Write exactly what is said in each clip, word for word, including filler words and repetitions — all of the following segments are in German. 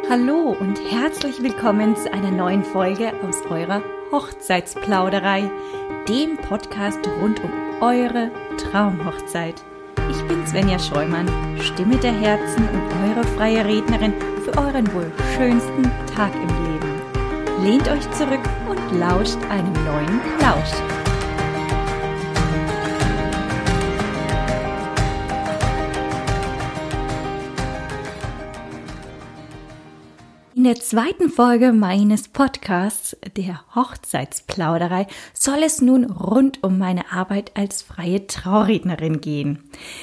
Hallo und herzlich willkommen zu einer neuen Folge aus eurer Hochzeitsplauderei, dem Podcast rund um eure Traumhochzeit. Ich bin Svenja Scheumann, Stimme der Herzen und eure freie Rednerin für euren wohl schönsten Tag im Leben. Lehnt euch zurück und lauscht einem neuen Plausch. In der zweiten Folge meines Podcasts, der Hochzeitsplauderei, soll es nun rund um meine Arbeit als freie Traurednerin gehen.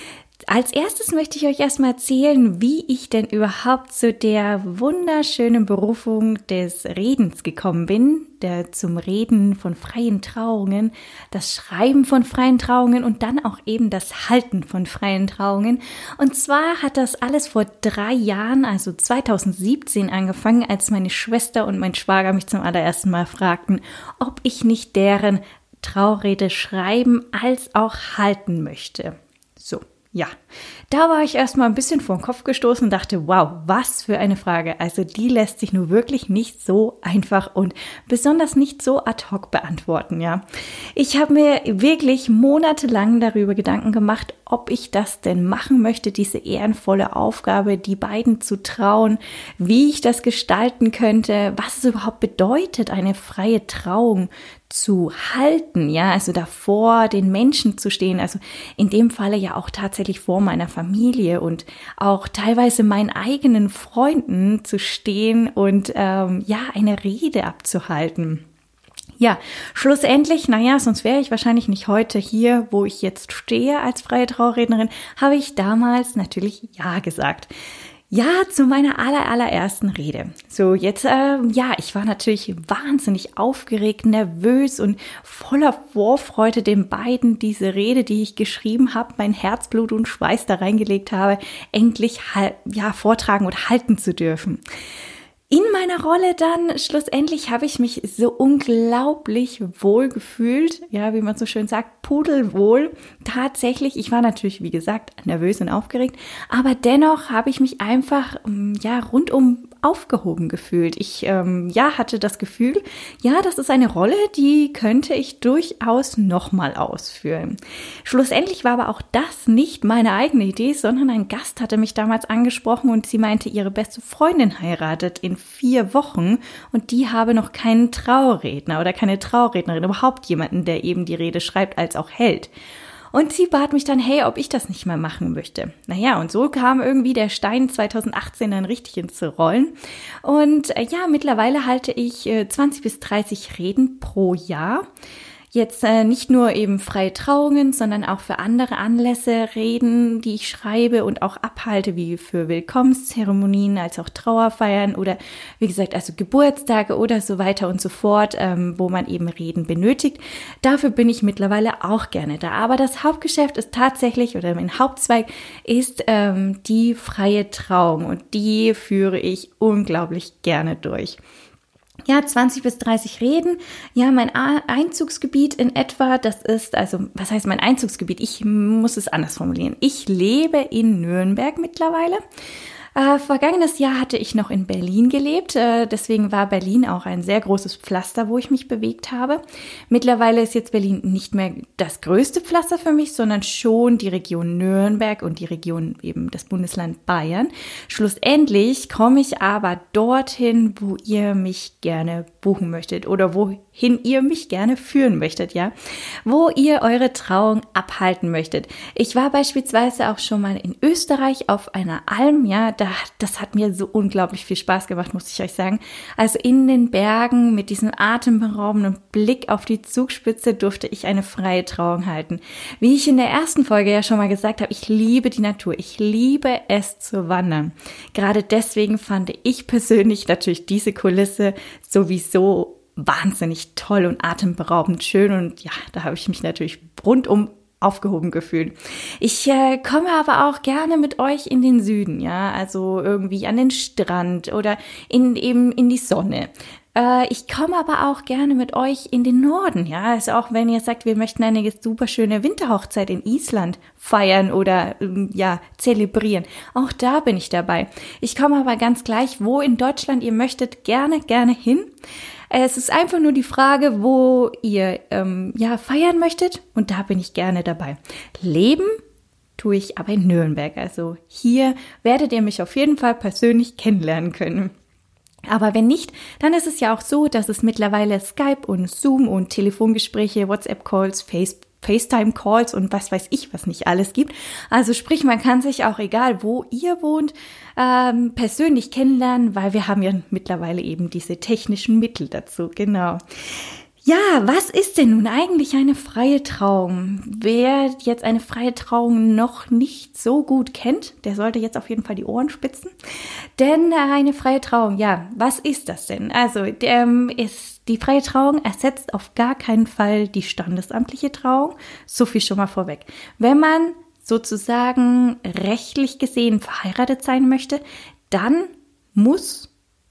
Als erstes möchte ich euch erstmal erzählen, wie ich denn überhaupt zu der wunderschönen Berufung des Redens gekommen bin, der zum Reden von freien Trauungen, das Schreiben von freien Trauungen und dann auch eben das Halten von freien Trauungen. Und zwar hat das alles vor drei Jahren, also zweitausendsiebzehn, angefangen, als meine Schwester und mein Schwager mich zum allerersten Mal fragten, ob ich nicht deren Traurede schreiben als auch halten möchte. So. Ja, da war ich erstmal ein bisschen vor den Kopf gestoßen und dachte, wow, was für eine Frage. Also die lässt sich nur wirklich nicht so einfach und besonders nicht so ad hoc beantworten, ja. Ich habe mir wirklich monatelang darüber Gedanken gemacht, ob ich das denn machen möchte, diese ehrenvolle Aufgabe, die beiden zu trauen, wie ich das gestalten könnte, was es überhaupt bedeutet, eine freie Trauung zu halten, ja, also davor den Menschen zu stehen, also in dem Falle ja auch tatsächlich vor meiner Familie und auch teilweise meinen eigenen Freunden zu stehen und ähm, ja, eine Rede abzuhalten. Ja, schlussendlich, naja, sonst wäre ich wahrscheinlich nicht heute hier, wo ich jetzt stehe als freie Traurednerin, habe ich damals natürlich Ja gesagt. Ja, zu meiner aller, allerersten Rede. So, jetzt, äh, ja, ich war natürlich wahnsinnig aufgeregt, nervös und voller Vorfreude, den beiden diese Rede, die ich geschrieben habe, mein Herzblut und Schweiß da reingelegt habe, endlich, ja, vortragen und halten zu dürfen. In meiner Rolle dann schlussendlich habe ich mich so unglaublich wohl gefühlt, ja, wie man so schön sagt, pudelwohl. Tatsächlich, ich war natürlich, wie gesagt, nervös und aufgeregt, aber dennoch habe ich mich einfach, ja, rundum aufgehoben gefühlt. Ich, ähm, ja, hatte das Gefühl, ja, das ist eine Rolle, die könnte ich durchaus nochmal ausführen. Schlussendlich war aber auch das nicht meine eigene Idee, sondern ein Gast hatte mich damals angesprochen und sie meinte, ihre beste Freundin heiratet in vier Wochen und die habe noch keinen Trauredner oder keine Traurednerin, überhaupt jemanden, der eben die Rede schreibt als auch hält. Und sie bat mich dann, hey, ob ich das nicht mal machen möchte. Naja, und so kam irgendwie der Stein zweitausendachtzehn dann richtig ins Rollen. Und äh, ja, mittlerweile halte ich äh, zwanzig bis dreißig Reden pro Jahr. Jetzt äh, nicht nur eben freie Trauungen, sondern auch für andere Anlässe Reden, die ich schreibe und auch abhalte, wie für Willkommenszeremonien, als auch Trauerfeiern oder wie gesagt, also Geburtstage oder so weiter und so fort, ähm, wo man eben Reden benötigt. Dafür bin ich mittlerweile auch gerne da. Aber das Hauptgeschäft ist tatsächlich, oder mein Hauptzweig ist ähm, die freie Trauung und die führe ich unglaublich gerne durch. Ja, zwanzig bis dreißig Reden. Ja, mein Einzugsgebiet in etwa, das ist, also, was heißt mein Einzugsgebiet? Ich muss es anders formulieren. Ich lebe in Nürnberg mittlerweile. Äh, vergangenes Jahr hatte ich noch in Berlin gelebt, äh, deswegen war Berlin auch ein sehr großes Pflaster, wo ich mich bewegt habe. Mittlerweile ist jetzt Berlin nicht mehr das größte Pflaster für mich, sondern schon die Region Nürnberg und die Region eben das Bundesland Bayern. Schlussendlich komme ich aber dorthin, wo ihr mich gerne buchen möchtet oder wohin ihr mich gerne führen möchtet, ja, wo ihr eure Trauung abhalten möchtet. Ich war beispielsweise auch schon mal in Österreich auf einer Alm, ja, da Das hat mir so unglaublich viel Spaß gemacht, muss ich euch sagen. Also in den Bergen mit diesem atemberaubenden Blick auf die Zugspitze durfte ich eine freie Trauung halten. Wie ich in der ersten Folge ja schon mal gesagt habe, ich liebe die Natur. Ich liebe es zu wandern. Gerade deswegen fand ich persönlich natürlich diese Kulisse sowieso wahnsinnig toll und atemberaubend schön. Und ja, da habe ich mich natürlich rundum aufgehoben gefühlt. Ich äh, komme aber auch gerne mit euch in den Süden, ja, also irgendwie an den Strand oder in eben in die Sonne. Äh, ich komme aber auch gerne mit euch in den Norden, ja. Also auch wenn ihr sagt, wir möchten eine super schöne Winterhochzeit in Island feiern oder ähm, ja zelebrieren. Auch da bin ich dabei. Ich komme aber ganz gleich, wo in Deutschland ihr möchtet, gerne, gerne hin. Es ist einfach nur die Frage, wo ihr ähm, ja feiern möchtet, und da bin ich gerne dabei. Leben tue ich aber in Nürnberg. Also hier werdet ihr mich auf jeden Fall persönlich kennenlernen können. Aber wenn nicht, dann ist es ja auch so, dass es mittlerweile Skype und Zoom und Telefongespräche, WhatsApp-Calls, Face, FaceTime-Calls und was weiß ich, was nicht alles gibt. Also sprich, man kann sich auch, egal wo ihr wohnt, ähm, persönlich kennenlernen, weil wir haben ja mittlerweile eben diese technischen Mittel dazu, genau. Ja, was ist denn nun eigentlich eine freie Trauung? Wer jetzt eine freie Trauung noch nicht so gut kennt, der sollte jetzt auf jeden Fall die Ohren spitzen. Denn eine freie Trauung, ja, was ist das denn? Also ähm, ist die freie Trauung ersetzt auf gar keinen Fall die standesamtliche Trauung. So viel schon mal vorweg. Wenn man sozusagen rechtlich gesehen verheiratet sein möchte, dann muss,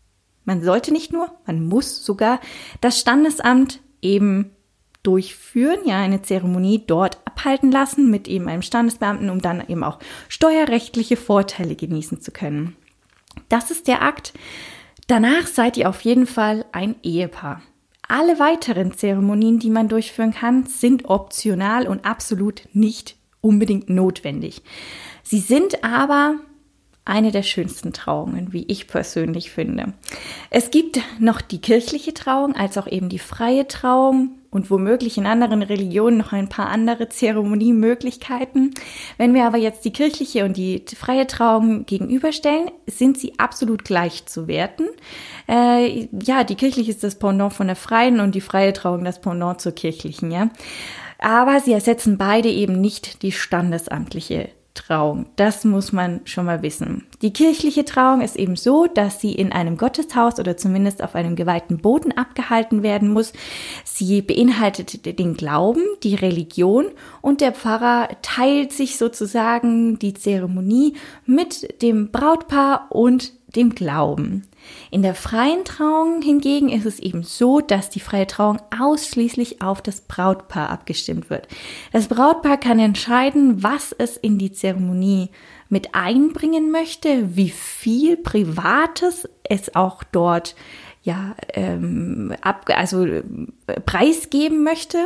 man sollte nicht nur, man muss sogar das Standesamt eben durchführen, ja, eine Zeremonie dort abhalten lassen mit eben einem Standesbeamten, um dann eben auch steuerrechtliche Vorteile genießen zu können. Das ist der Akt. Danach seid ihr auf jeden Fall ein Ehepaar. Alle weiteren Zeremonien, die man durchführen kann, sind optional und absolut nicht unbedingt notwendig. Sie sind aber eine der schönsten Trauungen, wie ich persönlich finde. Es gibt noch die kirchliche Trauung, als auch eben die freie Trauung und womöglich in anderen Religionen noch ein paar andere Zeremoniemöglichkeiten. Wenn wir aber jetzt die kirchliche und die freie Trauung gegenüberstellen, sind sie absolut gleich zu werten. Äh, ja, die kirchliche ist das Pendant von der freien und die freie Trauung das Pendant zur kirchlichen, ja. Aber sie ersetzen beide eben nicht die standesamtliche Trauung. Das muss man schon mal wissen. Die kirchliche Trauung ist eben so, dass sie in einem Gotteshaus oder zumindest auf einem geweihten Boden abgehalten werden muss. Sie beinhaltet den Glauben, die Religion, und der Pfarrer teilt sich sozusagen die Zeremonie mit dem Brautpaar und dem Glauben. In der freien Trauung hingegen ist es eben so, dass die freie Trauung ausschließlich auf das Brautpaar abgestimmt wird. Das Brautpaar kann entscheiden, was es in die Zeremonie mit einbringen möchte, wie viel Privates es auch dort ja ähm, ab, also äh, preisgeben möchte.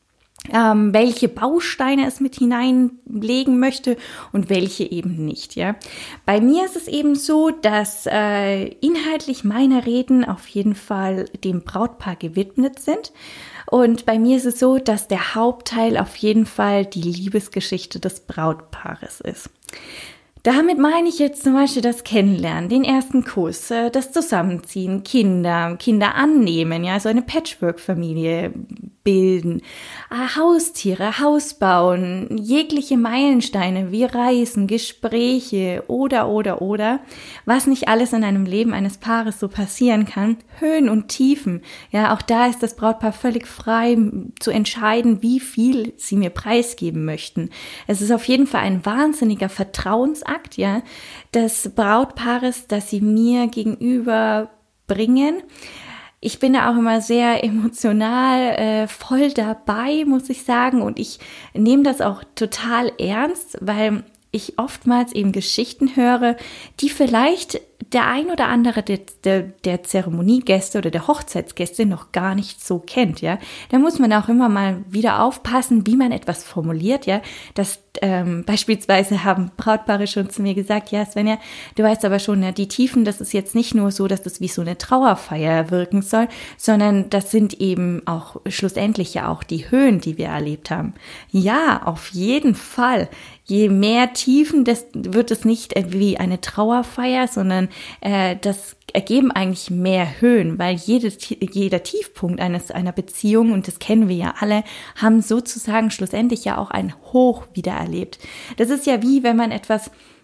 Ähm, welche Bausteine es mit hineinlegen möchte und welche eben nicht, ja. Bei mir ist es eben so, dass äh, inhaltlich meine Reden auf jeden Fall dem Brautpaar gewidmet sind. Und bei mir ist es so, dass der Hauptteil auf jeden Fall die Liebesgeschichte des Brautpaares ist. Damit meine ich jetzt zum Beispiel das Kennenlernen, den ersten Kuss, das Zusammenziehen, Kinder, Kinder annehmen, ja, so eine Patchwork-Familie bilden, Haustiere, Haus bauen, jegliche Meilensteine wie Reisen, Gespräche oder, oder, oder, was nicht alles in einem Leben eines Paares so passieren kann, Höhen und Tiefen, ja, auch da ist das Brautpaar völlig frei zu entscheiden, wie viel sie mir preisgeben möchten. Es ist auf jeden Fall ein wahnsinniger Vertrauensakt, ja, des Brautpaares, das sie mir gegenüber bringen. Ich bin da auch immer sehr emotional äh, voll dabei, muss ich sagen, und ich nehme das auch total ernst, weil ich oftmals eben Geschichten höre, die vielleicht der ein oder andere der, der, der Zeremoniegäste oder der Hochzeitsgäste noch gar nicht so kennt, ja. Da muss man auch immer mal wieder aufpassen, wie man etwas formuliert, ja. Das ähm, beispielsweise haben Brautpaare schon zu mir gesagt, ja Svenja, du weißt aber schon, ja, die Tiefen, das ist jetzt nicht nur so, dass das wie so eine Trauerfeier wirken soll, sondern das sind eben auch schlussendlich ja auch die Höhen, die wir erlebt haben. Ja, auf jeden Fall. Je mehr Tiefen, das wird es nicht wie eine Trauerfeier, sondern äh, das ergeben eigentlich mehr Höhen, weil jede, jeder Tiefpunkt eines einer Beziehung, und das kennen wir ja alle, haben sozusagen schlussendlich ja auch ein Hoch wieder erlebt. Das ist ja wie, wenn man etwas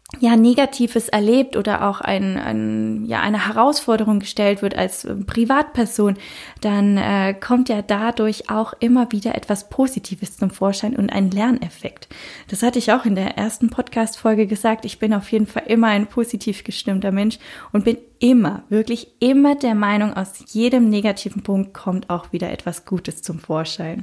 ja, Negatives erlebt oder auch ein, ein, ja, eine Herausforderung gestellt wird als Privatperson, dann äh, kommt ja dadurch auch immer wieder etwas Positives zum Vorschein und ein Lerneffekt. Das hatte ich auch in der ersten Podcast-Folge gesagt. Ich bin auf jeden Fall immer ein positiv gestimmter Mensch und bin immer, wirklich immer der Meinung, aus jedem negativen Punkt kommt auch wieder etwas Gutes zum Vorschein.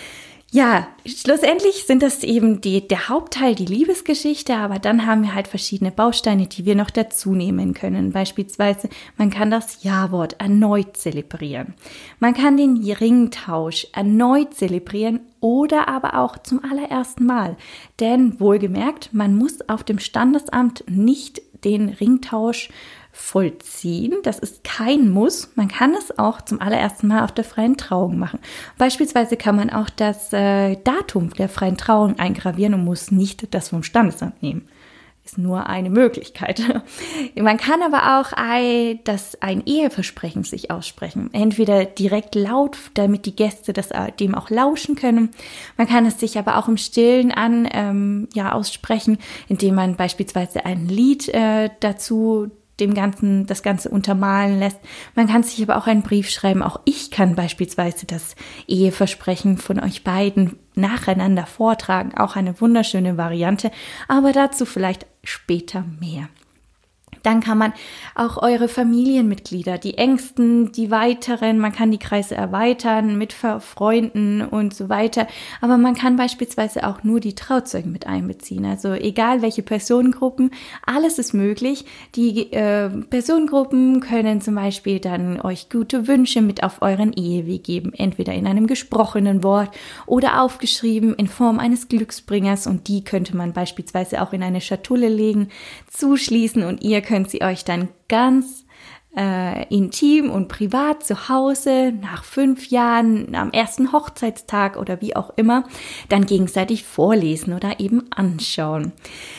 Ja, schlussendlich sind das eben die, der Hauptteil, die Liebesgeschichte, aber dann haben wir halt verschiedene Bausteine, die wir noch dazu nehmen können. Beispielsweise, man kann das Ja-Wort erneut zelebrieren. Man kann den Ringtausch erneut zelebrieren oder aber auch zum allerersten Mal. Denn wohlgemerkt, man muss auf dem Standesamt nicht den Ringtausch vollziehen. Das ist kein Muss. Man kann es auch zum allerersten Mal auf der freien Trauung machen. Beispielsweise kann man auch das äh, Datum der freien Trauung eingravieren und muss nicht das vom Standesamt nehmen. Ist nur eine Möglichkeit. Man kann aber auch ein, das ein Eheversprechen sich aussprechen. Entweder direkt laut, damit die Gäste das dem auch lauschen können. Man kann es sich aber auch im Stillen an ähm, ja aussprechen, indem man beispielsweise ein Lied äh, dazu dem Ganzen, das Ganze untermalen lässt. Man kann sich aber auch einen Brief schreiben. Auch ich kann beispielsweise das Eheversprechen von euch beiden nacheinander vortragen. Auch eine wunderschöne Variante, aber dazu vielleicht später mehr. Dann kann man auch eure Familienmitglieder, die Engsten, die Weiteren, man kann die Kreise erweitern mit Freunden und so weiter. Aber man kann beispielsweise auch nur die Trauzeugen mit einbeziehen. Also egal welche Personengruppen, alles ist möglich. Die äh, Personengruppen können zum Beispiel dann euch gute Wünsche mit auf euren Eheweg geben. Entweder in einem gesprochenen Wort oder aufgeschrieben in Form eines Glücksbringers. Und die könnte man beispielsweise auch in eine Schatulle legen, zuschließen und ihr könnt könnt sie euch dann ganz äh, intim und privat zu Hause nach fünf Jahren, am ersten Hochzeitstag oder wie auch immer, dann gegenseitig vorlesen oder eben anschauen.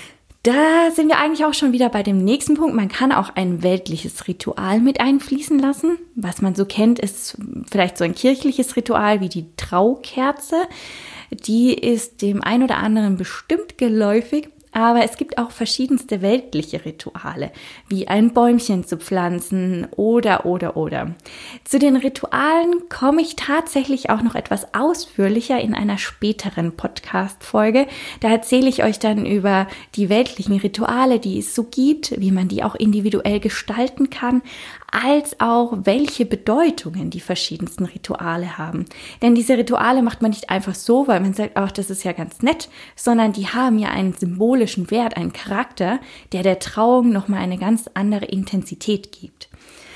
Da sind wir eigentlich auch schon wieder bei dem nächsten Punkt. Man kann auch ein weltliches Ritual mit einfließen lassen. Was man so kennt, ist vielleicht so ein kirchliches Ritual wie die Traukerze. Die ist dem einen oder anderen bestimmt geläufig. Aber es gibt auch verschiedenste weltliche Rituale, wie ein Bäumchen zu pflanzen oder, oder, oder. Zu den Ritualen komme ich tatsächlich auch noch etwas ausführlicher in einer späteren Podcast-Folge. Da erzähle ich euch dann über die weltlichen Rituale, die es so gibt, wie man die auch individuell gestalten kann, als auch welche Bedeutungen die verschiedensten Rituale haben. Denn diese Rituale macht man nicht einfach so, weil man sagt, ach, das ist ja ganz nett, sondern die haben ja einen symbolischen Wert, einen Charakter, der der Trauung nochmal eine ganz andere Intensität gibt.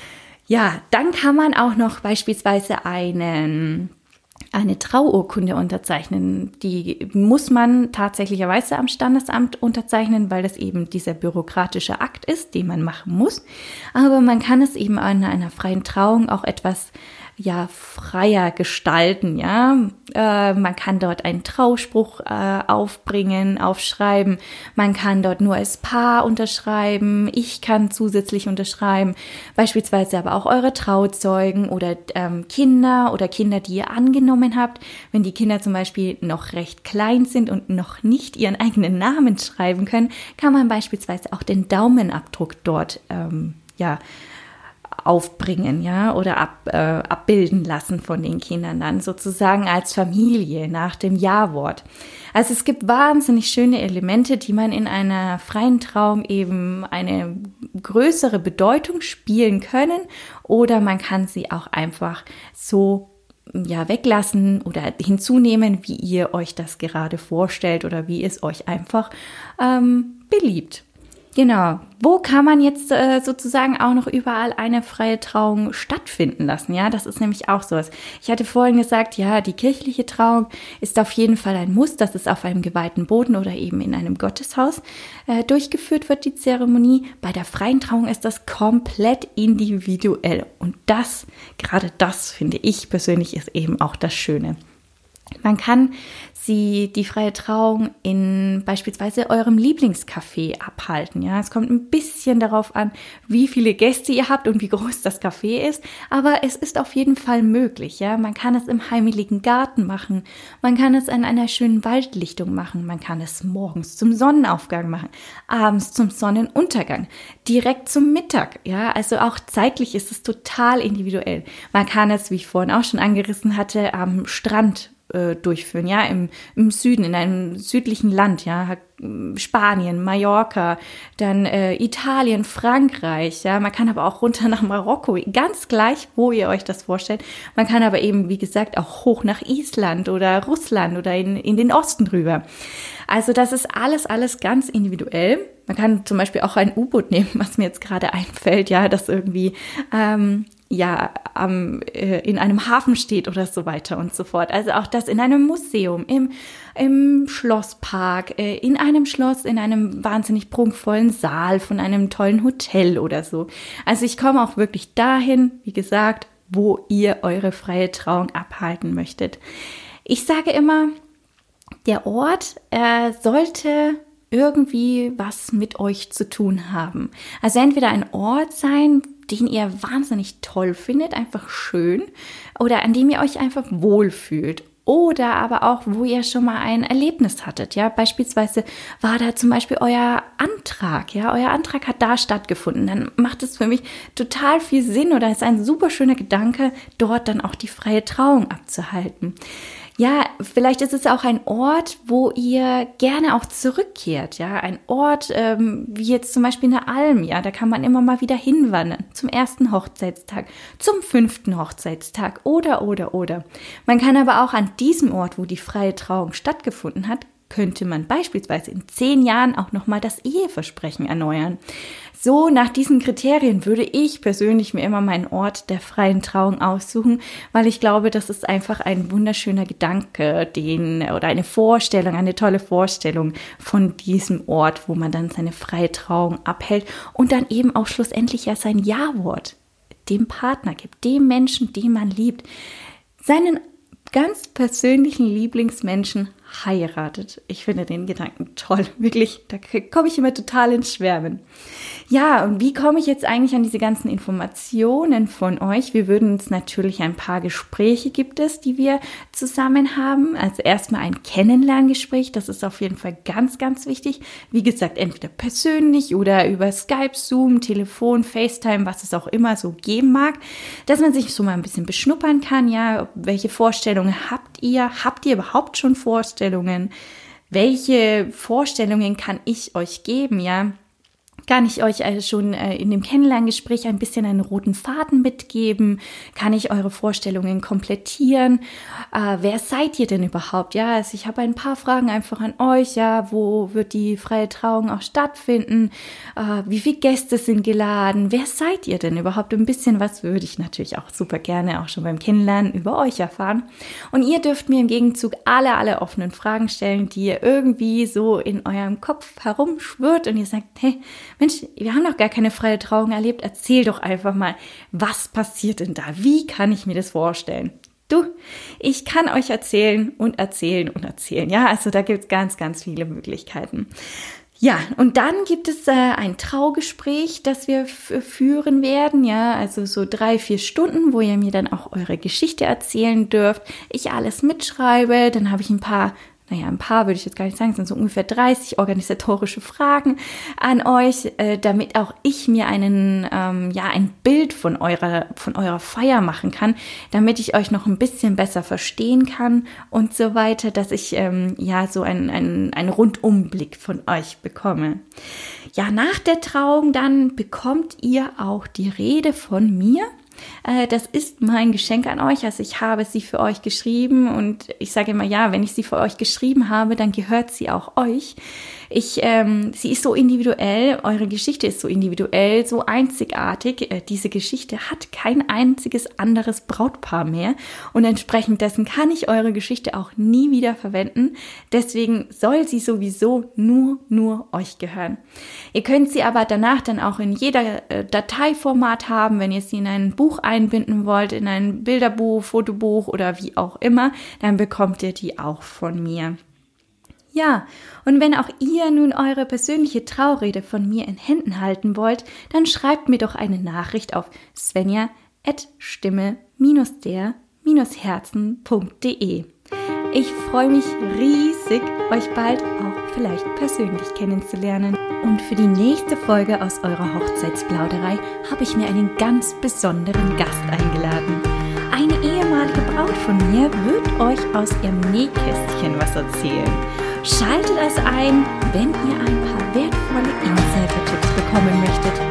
Ja, dann kann man auch noch beispielsweise einen eine Trauurkunde unterzeichnen. Die muss man tatsächlicherweise am Standesamt unterzeichnen, weil das eben dieser bürokratische Akt ist, den man machen muss. Aber man kann es eben an einer freien Trauung auch etwas ja freier gestalten, ja. Äh, man kann dort einen Trauspruch äh, aufbringen, aufschreiben. Man kann dort nur als Paar unterschreiben. Ich kann zusätzlich unterschreiben. Beispielsweise aber auch eure Trauzeugen oder ähm, Kinder oder Kinder, die ihr angenommen habt. Wenn die Kinder zum Beispiel noch recht klein sind und noch nicht ihren eigenen Namen schreiben können, kann man beispielsweise auch den Daumenabdruck dort ähm, ja aufbringen, ja, oder ab, äh, abbilden lassen von den Kindern dann sozusagen als Familie nach dem Ja-Wort. Also es gibt wahnsinnig schöne Elemente, die man in einer freien Trauung eben eine größere Bedeutung spielen können oder man kann sie auch einfach so ja weglassen oder hinzunehmen, wie ihr euch das gerade vorstellt oder wie es euch einfach ähm, beliebt. Genau. Wo kann man jetzt äh, sozusagen auch noch überall eine freie Trauung stattfinden lassen? Ja, das ist nämlich auch sowas. Ich hatte vorhin gesagt, ja, die kirchliche Trauung ist auf jeden Fall ein Muss, dass es auf einem geweihten Boden oder eben in einem Gotteshaus äh, durchgeführt wird, die Zeremonie. Bei der freien Trauung ist das komplett individuell. Und das, gerade das, finde ich persönlich, ist eben auch das Schöne. Man kann sie, die freie Trauung, in beispielsweise eurem Lieblingscafé abhalten. Ja, es kommt ein bisschen darauf an, wie viele Gäste ihr habt und wie groß das Café ist. Aber es ist auf jeden Fall möglich. Ja, man kann es im heimeligen Garten machen. Man kann es an einer schönen Waldlichtung machen. Man kann es morgens zum Sonnenaufgang machen, abends zum Sonnenuntergang, direkt zum Mittag. Ja, also auch zeitlich ist es total individuell. Man kann es, wie ich vorhin auch schon angerissen hatte, am Strand durchführen, ja, im, im Süden, in einem südlichen Land, ja, Spanien, Mallorca, dann äh, Italien, Frankreich, ja, man kann aber auch runter nach Marokko, ganz gleich, wo ihr euch das vorstellt. Man kann aber eben, wie gesagt, auch hoch nach Island oder Russland oder in, in den Osten drüber. Also das ist alles, alles ganz individuell. Man kann zum Beispiel auch ein U-Boot nehmen, was mir jetzt gerade einfällt, ja, das irgendwie ähm, ja ähm, äh, in einem Hafen steht oder so weiter und so fort. Also auch das in einem Museum, im, im Schlosspark, äh, in einem Schloss, in einem wahnsinnig prunkvollen Saal von einem tollen Hotel oder so. Also ich komme auch wirklich dahin, wie gesagt, wo ihr eure freie Trauung abhalten möchtet. Ich sage immer, der Ort äh, sollte irgendwie was mit euch zu tun haben. Also entweder ein Ort sein, den ihr wahnsinnig toll findet, einfach schön, oder an dem ihr euch einfach wohlfühlt. Oder aber auch, wo ihr schon mal ein Erlebnis hattet, ja, beispielsweise war da zum Beispiel euer Antrag, ja, euer Antrag hat da stattgefunden, dann macht es für mich total viel Sinn oder ist ein super schöner Gedanke, dort dann auch die freie Trauung abzuhalten. Ja, vielleicht ist es auch ein Ort, wo ihr gerne auch zurückkehrt, ja, ein Ort ähm, wie jetzt zum Beispiel eine Alm, ja, da kann man immer mal wieder hinwandern, zum ersten Hochzeitstag, zum fünften Hochzeitstag oder, oder, oder. Man kann aber auch an diesem Ort, wo die freie Trauung stattgefunden hat, könnte man beispielsweise in zehn Jahren auch nochmal das Eheversprechen erneuern. So nach diesen Kriterien würde ich persönlich mir immer meinen Ort der freien Trauung aussuchen, weil ich glaube, das ist einfach ein wunderschöner Gedanke, den oder eine Vorstellung, eine tolle Vorstellung von diesem Ort, wo man dann seine freie Trauung abhält und dann eben auch schlussendlich ja sein Ja-Wort dem Partner gibt, dem Menschen, den man liebt, seinen ganz persönlichen Lieblingsmenschen heiratet. Ich finde den Gedanken toll, wirklich, da komme ich immer total ins Schwärmen. Ja, und wie komme ich jetzt eigentlich an diese ganzen Informationen von euch? Wir würden uns natürlich ein paar Gespräche gibt es, die wir zusammen haben. Also erstmal ein Kennenlerngespräch, das ist auf jeden Fall ganz, ganz wichtig. Wie gesagt, entweder persönlich oder über Skype, Zoom, Telefon, FaceTime, was es auch immer so geben mag, dass man sich so mal ein bisschen beschnuppern kann. Ja, welche Vorstellungen habt ihr? Habt ihr überhaupt schon Vorstellungen? Welche Vorstellungen kann ich euch geben? Ja, kann ich euch also schon in dem Kennenlerngespräch ein bisschen einen roten Faden mitgeben? Kann ich eure Vorstellungen komplettieren? Äh, wer seid ihr denn überhaupt? Ja, also ich habe ein paar Fragen einfach an euch. Ja, wo wird die freie Trauung auch stattfinden? Äh, wie viele Gäste sind geladen? Wer seid ihr denn überhaupt? Ein bisschen was würde ich natürlich auch super gerne auch schon beim Kennenlernen über euch erfahren. Und ihr dürft mir im Gegenzug alle, alle offenen Fragen stellen, die ihr irgendwie so in eurem Kopf herumschwirrt und ihr sagt, hey, Mensch, wir haben noch gar keine freie Trauung erlebt. Erzähl doch einfach mal, was passiert denn da? Wie kann ich mir das vorstellen? Du, ich kann euch erzählen und erzählen und erzählen. Ja, also da gibt es ganz, ganz viele Möglichkeiten. Ja, und dann gibt es äh, ein Traugespräch, das wir f- führen werden, ja, also so drei, vier Stunden, wo ihr mir dann auch eure Geschichte erzählen dürft. Ich alles mitschreibe, dann habe ich ein paar Naja, ein paar würde ich jetzt gar nicht sagen, es sind so ungefähr dreißig organisatorische Fragen an euch, äh, damit auch ich mir einen, ähm, ja, ein Bild von eurer, von eurer Feier machen kann, damit ich euch noch ein bisschen besser verstehen kann und so weiter, dass ich, ähm, ja, so einen, einen, einen Rundumblick von euch bekomme. Ja, nach der Trauung dann bekommt ihr auch die Rede von mir. Das ist mein Geschenk an euch, also ich habe sie für euch geschrieben und ich sage immer, ja, wenn ich sie für euch geschrieben habe, dann gehört sie auch euch. Ich, ähm, sie ist so individuell, eure Geschichte ist so individuell, so einzigartig. Äh, diese Geschichte hat kein einziges anderes Brautpaar mehr und entsprechend dessen kann ich eure Geschichte auch nie wieder verwenden. Deswegen soll sie sowieso nur, nur euch gehören. Ihr könnt sie aber danach dann auch in jeder äh, Dateiformat haben, wenn ihr sie in ein Buch einbinden wollt, in ein Bilderbuch, Fotobuch oder wie auch immer, dann bekommt ihr die auch von mir. Ja, und wenn auch ihr nun eure persönliche Traurede von mir in Händen halten wollt, dann schreibt mir doch eine Nachricht auf svenja at stimme der herzen punkt de. Ich freue mich riesig, euch bald auch vielleicht persönlich kennenzulernen. Und für die nächste Folge aus eurer Hochzeitsplauderei habe ich mir einen ganz besonderen Gast eingeladen. Eine ehemalige Braut von mir wird euch aus ihrem Nähkästchen was erzählen. Schaltet also ein, wenn ihr ein paar wertvolle Insider-Tipps bekommen möchtet.